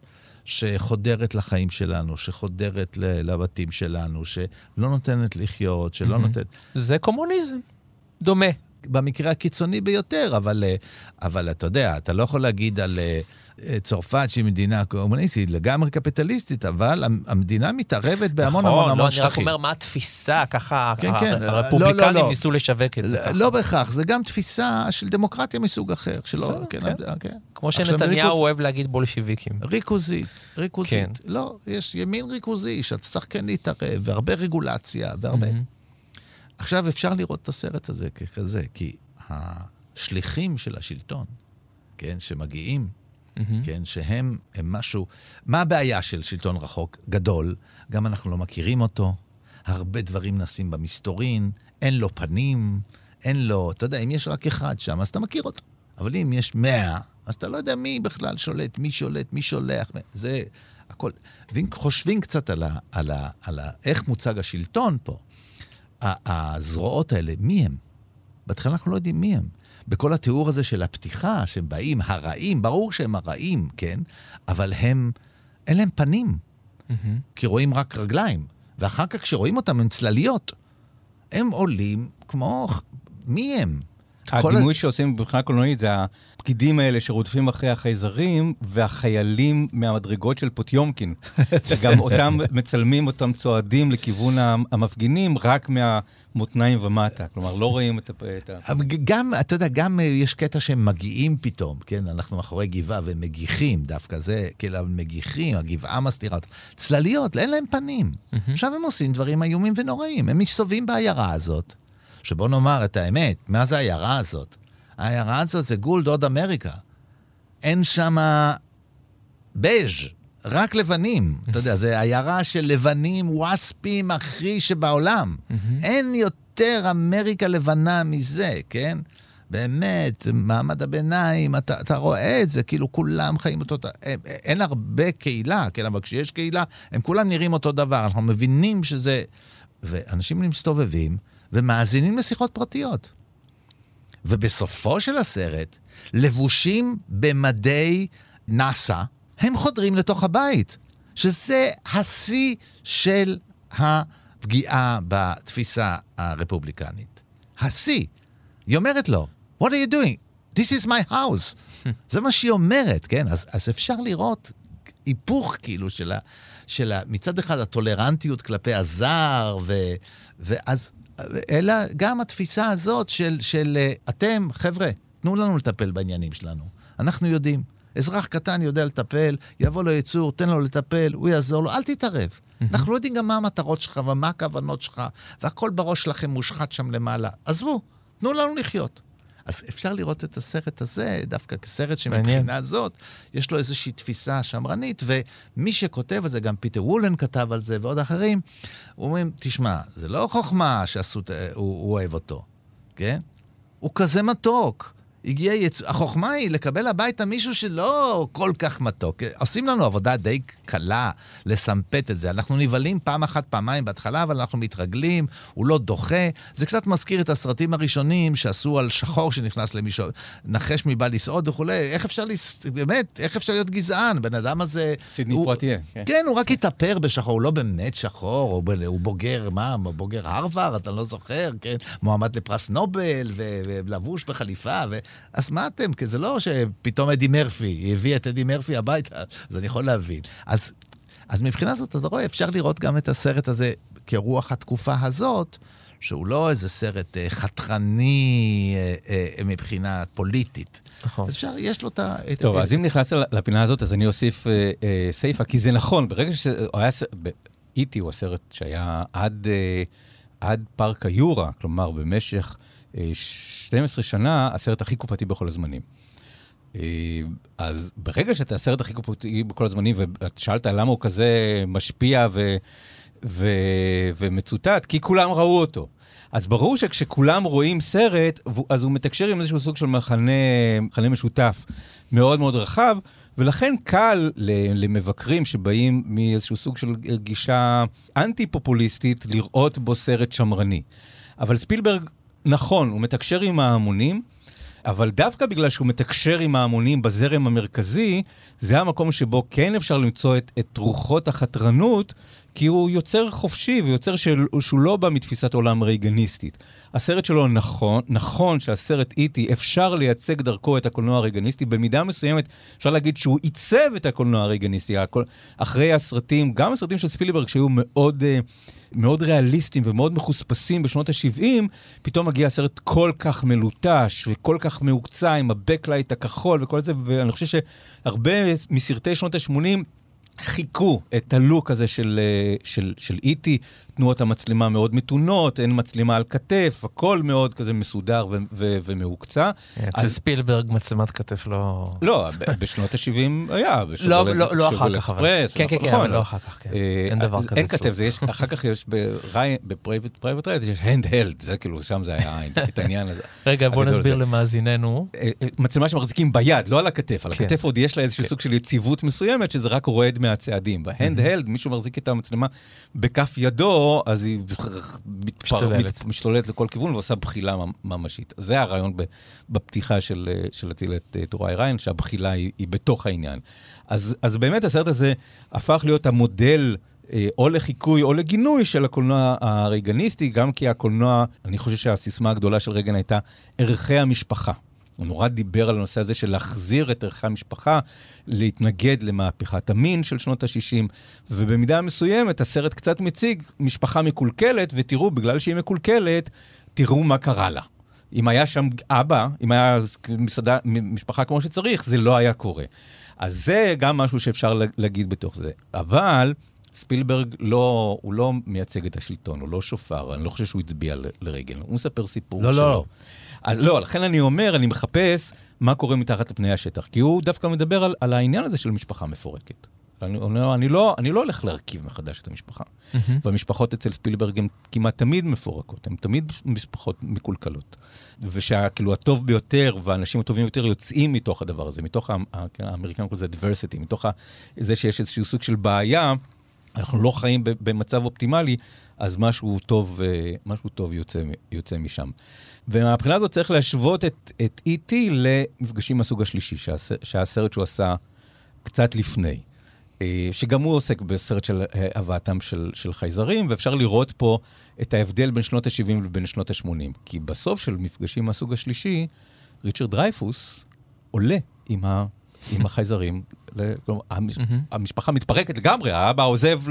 שחודרת לחיים שלנו, שחודרת לבתים שלנו, שלא נותנת לחיות, שלא נותנת... זה קומוניזם. דומה. במקרה הקיצוני ביותר, אבל, אבל אתה יודע, אתה לא יכול להגיד על צרפת שהיא מדינה קומוניסטית, לגמרי קפיטליסטית, אבל המדינה מתערבת בהמון המון המון לא, שטחים. אני רק אומר מה התפיסה, ככה כן, כן. הרפובליקנים לא, לא, לא. ניסו לשווק את זה לא, ככה. לא בהכרח, זה גם תפיסה של דמוקרטיה מסוג אחר. שלא, כן, כן. כן. כמו שנתניהו ריכוז... אוהב להגיד בולשיביקים. ריכוזית, ריכוזית. כן. לא, יש ימין ריכוזי, שאתה צריך כן להתערב, והרבה רגולציה, והרבה... עכשיו אפשר לראות את הסרט הזה ככזה, כי השליחים של השלטון, כן, שמגיעים, mm-hmm. כן, שהם הם משהו... מה הבעיה של שלטון רחוק? גדול, גם אנחנו לא מכירים אותו, הרבה דברים נשים במסתורין, אין לו פנים, אין לו... אתה יודע, אם יש רק אחד שם, אז אתה מכיר אותו. אבל אם יש מאה, אז אתה לא יודע מי בכלל שולט, מי שולט, מי שולח, זה הכל. ואם חושבים קצת על ה, על ה, על ה, איך מוצג השלטון פה, הזרועות האלה, מי הם? בהתחלה אנחנו לא יודעים מי הם. בכל התיאור הזה של הפתיחה, שהם באים הרעים, ברור שהם הרעים, כן? אבל הם, אין להם פנים. Mm-hmm. כי רואים רק רגליים. ואחר כך כשרואים אותם הם צלליות. הם עולים כמו... מי הם? הדימוי שעושים מבחינה קולנועית זה הפקידים האלה שרודפים אחרי החייזרים, והחיילים מהמדרגות של פוטיומקין. וגם אותם מצלמים, אותם צועדים לכיוון המפגינים, רק מהמותניים ומטה. כלומר, לא רואים את ה... גם, אתה יודע, גם יש קטע שהם מגיעים פתאום, כן? אנחנו מאחורי גבעה והם מגיחים דווקא, זה כאילו מגיחים, הגבעה מסתירה. צלליות, אין להם פנים. עכשיו הם עושים דברים איומים ונוראים. הם מסתובבים בעיירה הזאת. שבוא נאמר את האמת, מה זה העיירה הזאת? העיירה הזאת זה גולד עוד אמריקה. אין שם בז', רק לבנים. אתה יודע, זה עיירה של לבנים, ווספים, הכי שבעולם. אין יותר אמריקה לבנה מזה, כן? באמת, מעמד הביניים, אתה, אתה רואה את זה, כאילו כולם חיים אותו, אין, אין הרבה קהילה, כן? אבל כשיש קהילה, הם כולם נראים אותו דבר. אנחנו מבינים שזה... ואנשים מסתובבים, ומאזינים לשיחות פרטיות. ובסופו של הסרט, לבושים במדי נאסא, הם חודרים לתוך הבית, שזה השיא של הפגיעה בתפיסה הרפובליקנית. השיא. היא אומרת לו, What are you doing? This is my house. זה מה שהיא אומרת, כן? אז, אז אפשר לראות היפוך כאילו של, ה, של ה, מצד אחד הטולרנטיות כלפי הזר, ו, ואז אלא גם התפיסה הזאת של, של אתם, חבר'ה, תנו לנו לטפל בעניינים שלנו. אנחנו יודעים. אזרח קטן יודע לטפל, יבוא לו יצור, תן לו לטפל, הוא יעזור לו, אל תתערב. Mm-hmm. אנחנו לא יודעים גם מה המטרות שלך ומה הכוונות שלך, והכל בראש שלכם מושחת שם למעלה. עזבו, תנו לנו לחיות. אז אפשר לראות את הסרט הזה, דווקא כסרט שמבחינה הזאת, יש לו איזושהי תפיסה שמרנית, ומי שכותב על זה, גם פיטר וולן כתב על זה, ועוד אחרים, הוא אומרים, תשמע, זה לא חוכמה שעשו, הוא, הוא אוהב אותו, כן? הוא כזה מתוק. הגיע יצ... החוכמה היא לקבל הביתה מישהו שלא כל כך מתוק. עושים לנו עבודה די קלה לסמפת את זה. אנחנו נבלים פעם אחת, פעמיים בהתחלה, אבל אנחנו מתרגלים, הוא לא דוחה. זה קצת מזכיר את הסרטים הראשונים שעשו על שחור שנכנס למישהו, נחש מבא לסעוד וכו'. איך אפשר לס... באמת, איך אפשר להיות גזען? בן אדם הזה... סידני הוא... פואטייה. כן. כן, הוא רק יתאפר בשחור, הוא לא באמת שחור, הוא, ב... הוא בוגר, מה? בוגר הרווארד, אתה לא זוכר, כן? מועמד לפרס נובל, ו... ולבוש בחליפה, ו... אז מה אתם? כי זה לא שפתאום אדי מרפי, הביא את אדי מרפי הביתה, אז אני יכול להבין. אז, אז מבחינה זאת, אתה רואה, אפשר לראות גם את הסרט הזה כרוח התקופה הזאת, שהוא לא איזה סרט אה, חתרני אה, אה, מבחינה פוליטית. נכון. אז אפשר, יש לו את ה... טוב, את... אז אם נכנס לפינה הזאת, אז אני אוסיף אה, אה, סייפה, כי זה נכון, ברגע שהוא היה... איטי הוא הסרט שהיה עד, אה, עד פארק היורה, כלומר, במשך... שתים עשרה שנה, הסרט הכי קופתי בכל הזמנים. אז ברגע שאתה הסרט הכי קופתי בכל הזמנים, ואת שאלת למה הוא כזה משפיע ו- ו- ומצוטט, כי כולם ראו אותו. אז ברור שכשכולם רואים סרט, אז הוא מתקשר עם איזשהו סוג של מחנה, מחנה משותף מאוד מאוד רחב, ולכן קל למבקרים שבאים מאיזשהו סוג של גישה אנטי-פופוליסטית, לראות בו סרט שמרני. אבל ספילברג, נכון, הוא מתקשר עם ההמונים, אבל דווקא בגלל שהוא מתקשר עם ההמונים בזרם המרכזי, זה המקום שבו כן אפשר למצוא את, את רוחות החתרנות, כי הוא יוצר חופשי, ויוצר של, שהוא לא בא מתפיסת עולם רייגניסטית. הסרט שלו נכון, נכון שהסרט איטי אפשר לייצג דרכו את הקולנוע הרייגניסטי, במידה מסוימת אפשר להגיד שהוא עיצב את הקולנוע הרייגניסטי, אחרי הסרטים, גם הסרטים של ספילברג שהיו מאוד... מאוד ריאליסטיים ומאוד מחוספסים בשנות ה-שבעים, פתאום מגיע הסרט כל כך מלוטש וכל כך מעוקצה עם הבקלייט הכחול וכל זה, ואני חושב שהרבה מסרטי שנות ה-שמונים חיכו את הלוק הזה של, של, של איטי, תנועות המצלמה מאוד מתונות, אין מצלמה על כתף, הכל מאוד כזה מסודר ו- ו- ומעוקצה. אצל ספילברג מצלמת כתף לא... לא, בשנות ה-שבעים היה. לא, לא, לא אחר כך, אבל. כן, כן, כן, אבל לא אחר כך, כן. אין דבר כזה. אין כתף, זה יש, אחר כך יש בפרייבט רייט, יש hand-held, זה כאילו, שם זה היה את העניין הזה. רגע, בוא נסביר למאזיננו. מצלמה שמחזיקים ביד, לא על הכתף, על הכתף עוד יש לה איזשהו סוג של יציבות מסוימת, שזה רק רועד מהצעדים. ב-hand-held, מישהו מחזיק את המצלמה בכף ידו, אז היא משתוללת. משתוללת לכל כיוון ועושה בחילה ממשית. זה הרעיון בפתיחה של, של הציל את טוראי ריין, שהבחילה היא, היא בתוך העניין. אז, אז באמת הסרט הזה הפך להיות המודל או לחיקוי או לגינוי של הקולנוע הרייגניסטי, גם כי הקולנוע, אני חושב שהסיסמה הגדולה של רייגן הייתה ערכי המשפחה. הוא נורא דיבר על הנושא הזה של להחזיר את ערכי המשפחה, להתנגד למהפכת המין של שנות ה-שישים, ובמידה מסוימת הסרט קצת מציג משפחה מקולקלת, ותראו, בגלל שהיא מקולקלת, תראו מה קרה לה. אם היה שם אבא, אם היה מסעדה, משפחה כמו שצריך, זה לא היה קורה. אז זה גם משהו שאפשר להגיד בתוך זה. אבל ספילברג לא, הוא לא מייצג את השלטון, הוא לא שופר, אני לא חושב שהוא הצביע לרגל, הוא מספר סיפור לא, שלו. לא, לא. אז לא, לכן אני אומר, אני מחפש מה קורה מתחת לפני השטח, כי הוא דווקא מדבר על, על העניין הזה של משפחה מפורקת. אני, אני, לא, אני לא הולך להרכיב מחדש את המשפחה. Mm-hmm. והמשפחות אצל ספילברג הן כמעט תמיד מפורקות, הן תמיד משפחות מקולקלות. ושהכאילו הטוב ביותר והאנשים הטובים יותר יוצאים מתוך הדבר הזה, מתוך האמריקאים קוראים לזה diversity, מתוך זה שיש איזשהו סוג של בעיה, אנחנו לא חיים במצב אופטימלי, אז משהו טוב, משהו טוב יוצא, יוצא משם. ומהבחינה הזאת צריך להשוות את, את איטי למפגשים מהסוג השלישי, שהסרט שהוא עשה קצת לפני. שגם הוא עוסק בסרט של הבאתם של, של חייזרים, ואפשר לראות פה את ההבדל בין שנות ה-שבעים לבין שנות ה-שמונים. כי בסוף של מפגשים מהסוג השלישי, ריצ'רד דרייפוס עולה עם ה... עם החייזרים, המשפחה מתפרקת לגמרי, האבא עוזב,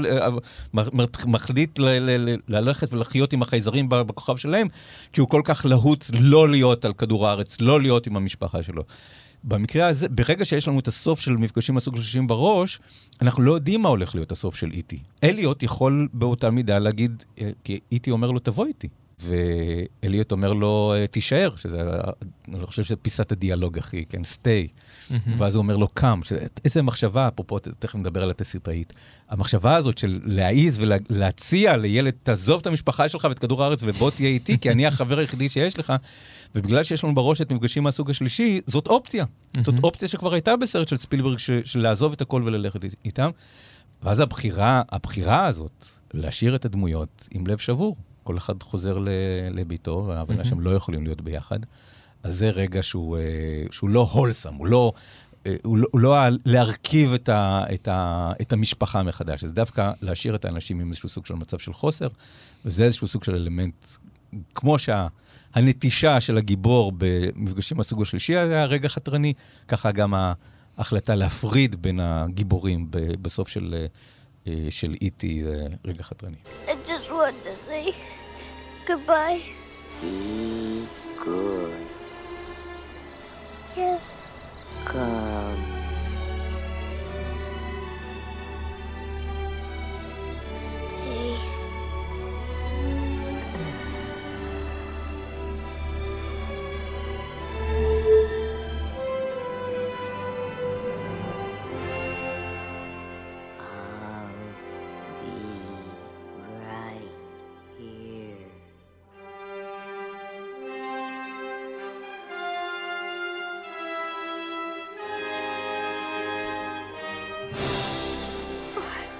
מחליט ללכת ולחיות עם החייזרים בכוכב שלהם, כי הוא כל כך להוט לא להיות על כדור הארץ, לא להיות עם המשפחה שלו. במקרה הזה, ברגע שיש לנו את הסוף של מפגשים מהסוג שלושים בראש, אנחנו לא יודעים מה הולך להיות הסוף של איטי. אליוט יכול באותה מידה להגיד, כי איטי אומר לו, תבוא איתי. ואליוט אומר לו, תישאר, שזה, אני חושב שזה פיסת הדיאלוג הכי, כן, stay. Mm-hmm. ואז הוא אומר לו, קם, איזה מחשבה, אפרופו, תכף נדבר על התסריטאית, המחשבה הזאת של להעיז ולהציע לילד, תעזוב את המשפחה שלך ואת כדור הארץ ובוא תהיה איתי, כי אני החבר היחידי שיש לך, ובגלל שיש לנו בראש את מפגשים מהסוג השלישי, זאת אופציה. Mm-hmm. זאת אופציה שכבר הייתה בסרט של ספילברג, של לעזוב את הכל וללכת איתם. ואז הבחירה, הבחירה הזאת, להשאיר את הדמויות עם לב שבור. כל אחד חוזר לביתו, וההבנה שהם לא יכולים להיות ביחד. אז זה רגע שהוא, שהוא לא הולסם, הוא לא, הוא לא, הוא לא להרכיב את, ה, את, ה, את המשפחה מחדש. זה דווקא להשאיר את האנשים עם איזשהו סוג של מצב של חוסר, וזה איזשהו סוג של אלמנט, כמו שהנטישה של הגיבור במפגשים מהסוג השלישי, זה הרגע חתרני, ככה גם ההחלטה להפריד בין הגיבורים בסוף של... של איטי, רגע חתרני. I just wanted to say goodbye. Be good. Yes. Come. Stay.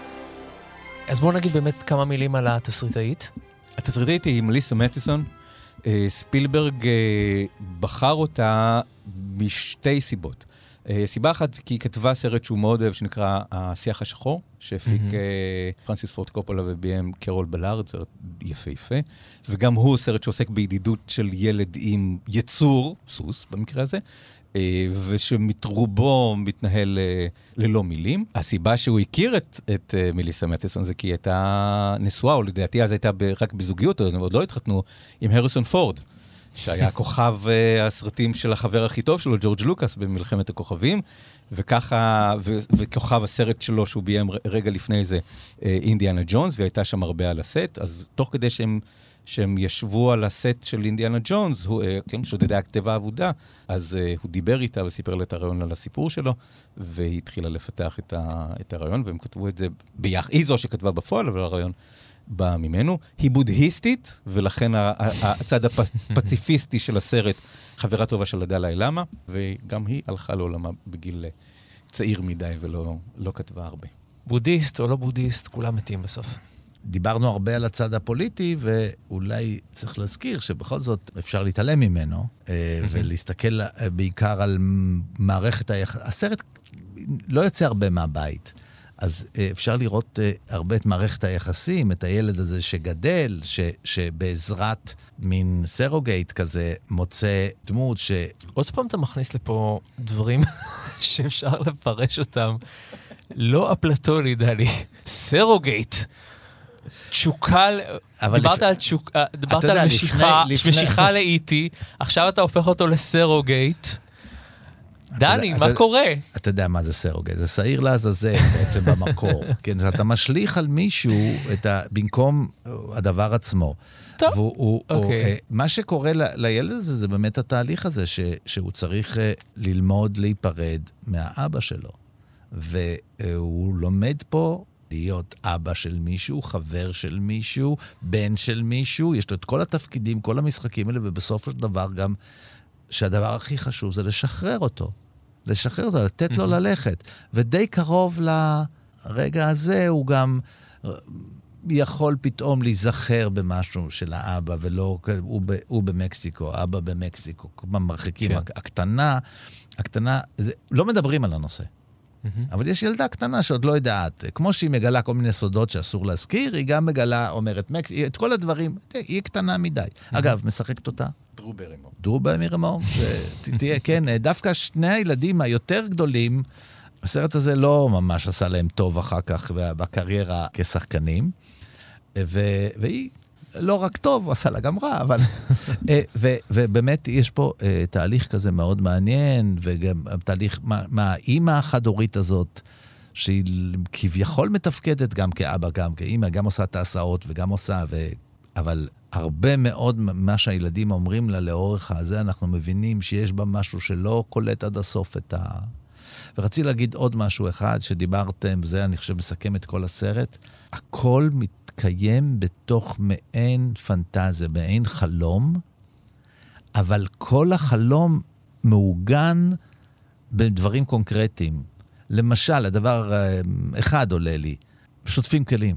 אז בואו נגיד באמת כמה מילים על התסריטאית. התסריטאית היא מליסה מתיסון, ספילברג בחר אותה משתי סיבות. סיבה אחת, כי היא כתבה סרט שהוא מאוד אוהב, שנקרא השיח השחור, שהפיק פרנסיס פורד קופולה וביים קרול בלארד, סרט יפהפה, וגם הוא סרט שעוסק בידידות של ילד עם יצור, סוס במקרה הזה, ושמתרובו מתנהל ללא מילים. הסיבה שהוא הכיר את, את מיליסה מתיסון זה כי היא הייתה נשואה, או לדעתי אז הייתה רק בזוגיות, עוד לא התחתנו, עם הריסון פורד, שהיה כוכב הסרטים של החבר הכי טוב שלו, ג'ורג' לוקאס, במלחמת הכוכבים, וככה, ו, וכוכב הסרט שלו, שהוא ביים רגע לפני זה, אינדיאנה ג'ונס, והייתה שם הרבה על הסט, אז תוך כדי שהם, שהם ישבו על הסט של אינדיאנה ג'ונס, הוא, כן, שודדה הכתבה עבודה, אז הוא דיבר איתה וסיפר לה את הרעיון על הסיפור שלו, והיא התחילה לפתח את, ה, את הרעיון, והם כתבו את זה ביחד, היא זו שכתבה בפועל, אבל הרעיון בא ממנו. היא בודהיסטית, ולכן הצד הפציפיסטי של הסרט, חברה טובה של הדלאי לאמה, וגם היא הלכה לעולמה בגיל צעיר מדי ולא לא כתבה הרבה. בודהיסט או לא בודהיסט, כולם מתים בסוף. דיברנו הרבה על הצד הפוליטי, ואולי צריך להזכיר שבכל זאת אפשר להתעלם ממנו, ולהסתכל בעיקר על מערכת היחסים. הסרט לא יוצא הרבה מהבית. אז אפשר לראות הרבה את מערכת היחסים, את הילד הזה שגדל, ש, שבעזרת מין סרוגייט כזה מוצא דמות ש... עוד פעם אתה מכניס לפה דברים שאפשר לפרש אותם. לא אפלטוני, דני. סרוגייט. תשוקה, דיברת על תשוק, דיברת על משיכה, משיכה לאיטי, עכשיו אתה הופך אותו לסרוגייט. דני, מה קורה? אתה יודע מה זה סרוגייט, זה שעיר לעזאזל בעצם במקור. כן, שאתה משליך על מישהו במקום הדבר עצמו. טוב, אוקיי. מה שקורה לילד הזה, זה באמת התהליך הזה, שהוא צריך ללמוד להיפרד מהאבא שלו. והוא לומד פה להיות אבא של מישהו, חבר של מישהו, בן של מישהו, יש לו את כל התפקידים, כל המשחקים האלה, ובסופו של דבר גם שהדבר הכי חשוב זה לשחרר אותו. לשחרר אותו, לתת לו ללכת. ודי קרוב לרגע הזה הוא גם יכול פתאום להיזכר במשהו של האבא, ולא, הוא, ב, הוא במקסיקו, אבא במקסיקו, מרחיקים. כן. הקטנה, הקטנה, זה, לא מדברים על הנושא. אבל יש ילדה קטנה שעוד לא יודעת, כמו שהיא מגלה כל מיני סודות שאסור להזכיר, היא גם מגלה, אומרת מקס, את כל הדברים, היא קטנה מדי. אגב, משחקת אותה? דרו ברימור. דרו ברימור, שתהיה, כן, דווקא שני הילדים היותר גדולים, הסרט הזה לא ממש עשה להם טוב אחר כך בקריירה כשחקנים, והיא לא רק טוב, הוא עשה לה גם רע, אבל... ובאמת יש פה תהליך כזה מאוד מעניין, וגם תהליך, מה האמא החד-הורית הזאת, שהיא כביכול מתפקדת גם כאבא, גם כאמא, גם עושה את ההסעות וגם עושה, אבל הרבה מאוד מה שהילדים אומרים לה לאורך הזה, אנחנו מבינים שיש בה משהו שלא קולט עד הסוף את ה... ורציתי להגיד עוד משהו אחד שדיברתם, זה אני חושב מסכם את כל הסרט, הכל מתקיים בתוך מעין פנטזיה, מעין חלום, אבל כל החלום מעוגן בדברים קונקרטיים. למשל, הדבר אחד עולה לי, שוטפים כלים.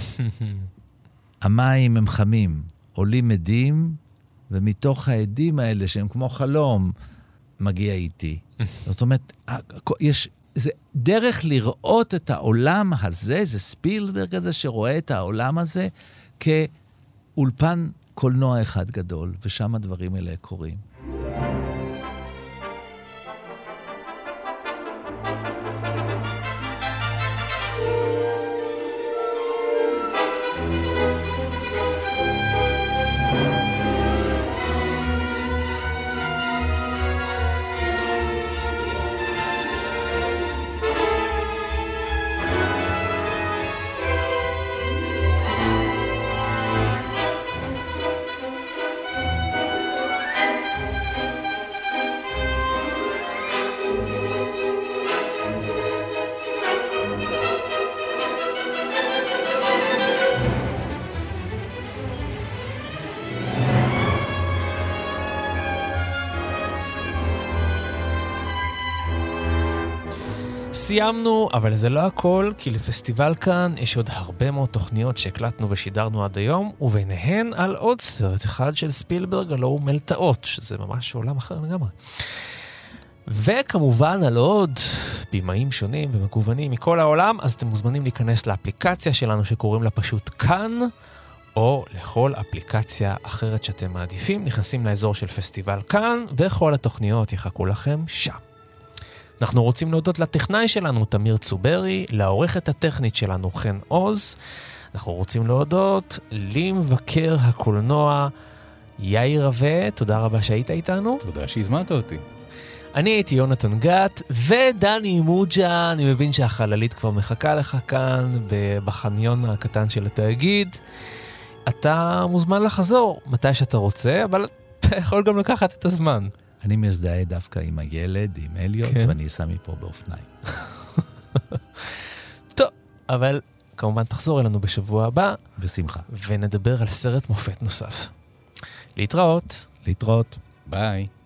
המים הם חמים, עולים עדים, ומתוך העדים האלה שהם כמו חלום, מגיע איתי. זאת אומרת, יש זה דרך לראות את העולם הזה, זה ספילברג הזה שרואה את העולם הזה כאולפן קולנוע אחד גדול, ושם הדברים האלה קורים. סיימנו, אבל זה לא הכל, כי לפסטיבל כאן יש עוד הרבה מאוד תוכניות שהקלטנו ושידרנו עד היום, וביניהן על עוד סרט אחד של ספילברג, הלוא הוא מלטעות, שזה ממש עולם אחר לגמרי. וכמובן על עוד בימאים שונים ומגוונים מכל העולם, אז אתם מוזמנים להיכנס לאפליקציה שלנו שקוראים לה פשוט כאן, או לכל אפליקציה אחרת שאתם מעדיפים, נכנסים לאזור של פסטיבל כאן, וכל התוכניות יחכו לכם שם. אנחנו רוצים להודות לטכנאי שלנו, תמיר צוברי, לעורכת הטכנית שלנו, חן עוז. אנחנו רוצים להודות למבקר הקולנוע, יאיר רווה, תודה רבה שהיית איתנו. תודה שהזמנת אותי. אני הייתי יונתן גת, ודני מוג'ה, אני מבין שהחללית כבר מחכה לך כאן, בחניון הקטן של התאגיד. אתה מוזמן לחזור מתי שאתה רוצה, אבל אתה יכול גם לקחת את הזמן. אני מזדהה דווקא עם הילד, עם אליוט, כן. ואני אסע מפה באופניים. טוב, אבל כמובן תחזור אלינו בשבוע הבא. בשמחה. ונדבר על סרט מופת נוסף. להתראות. להתראות. ביי.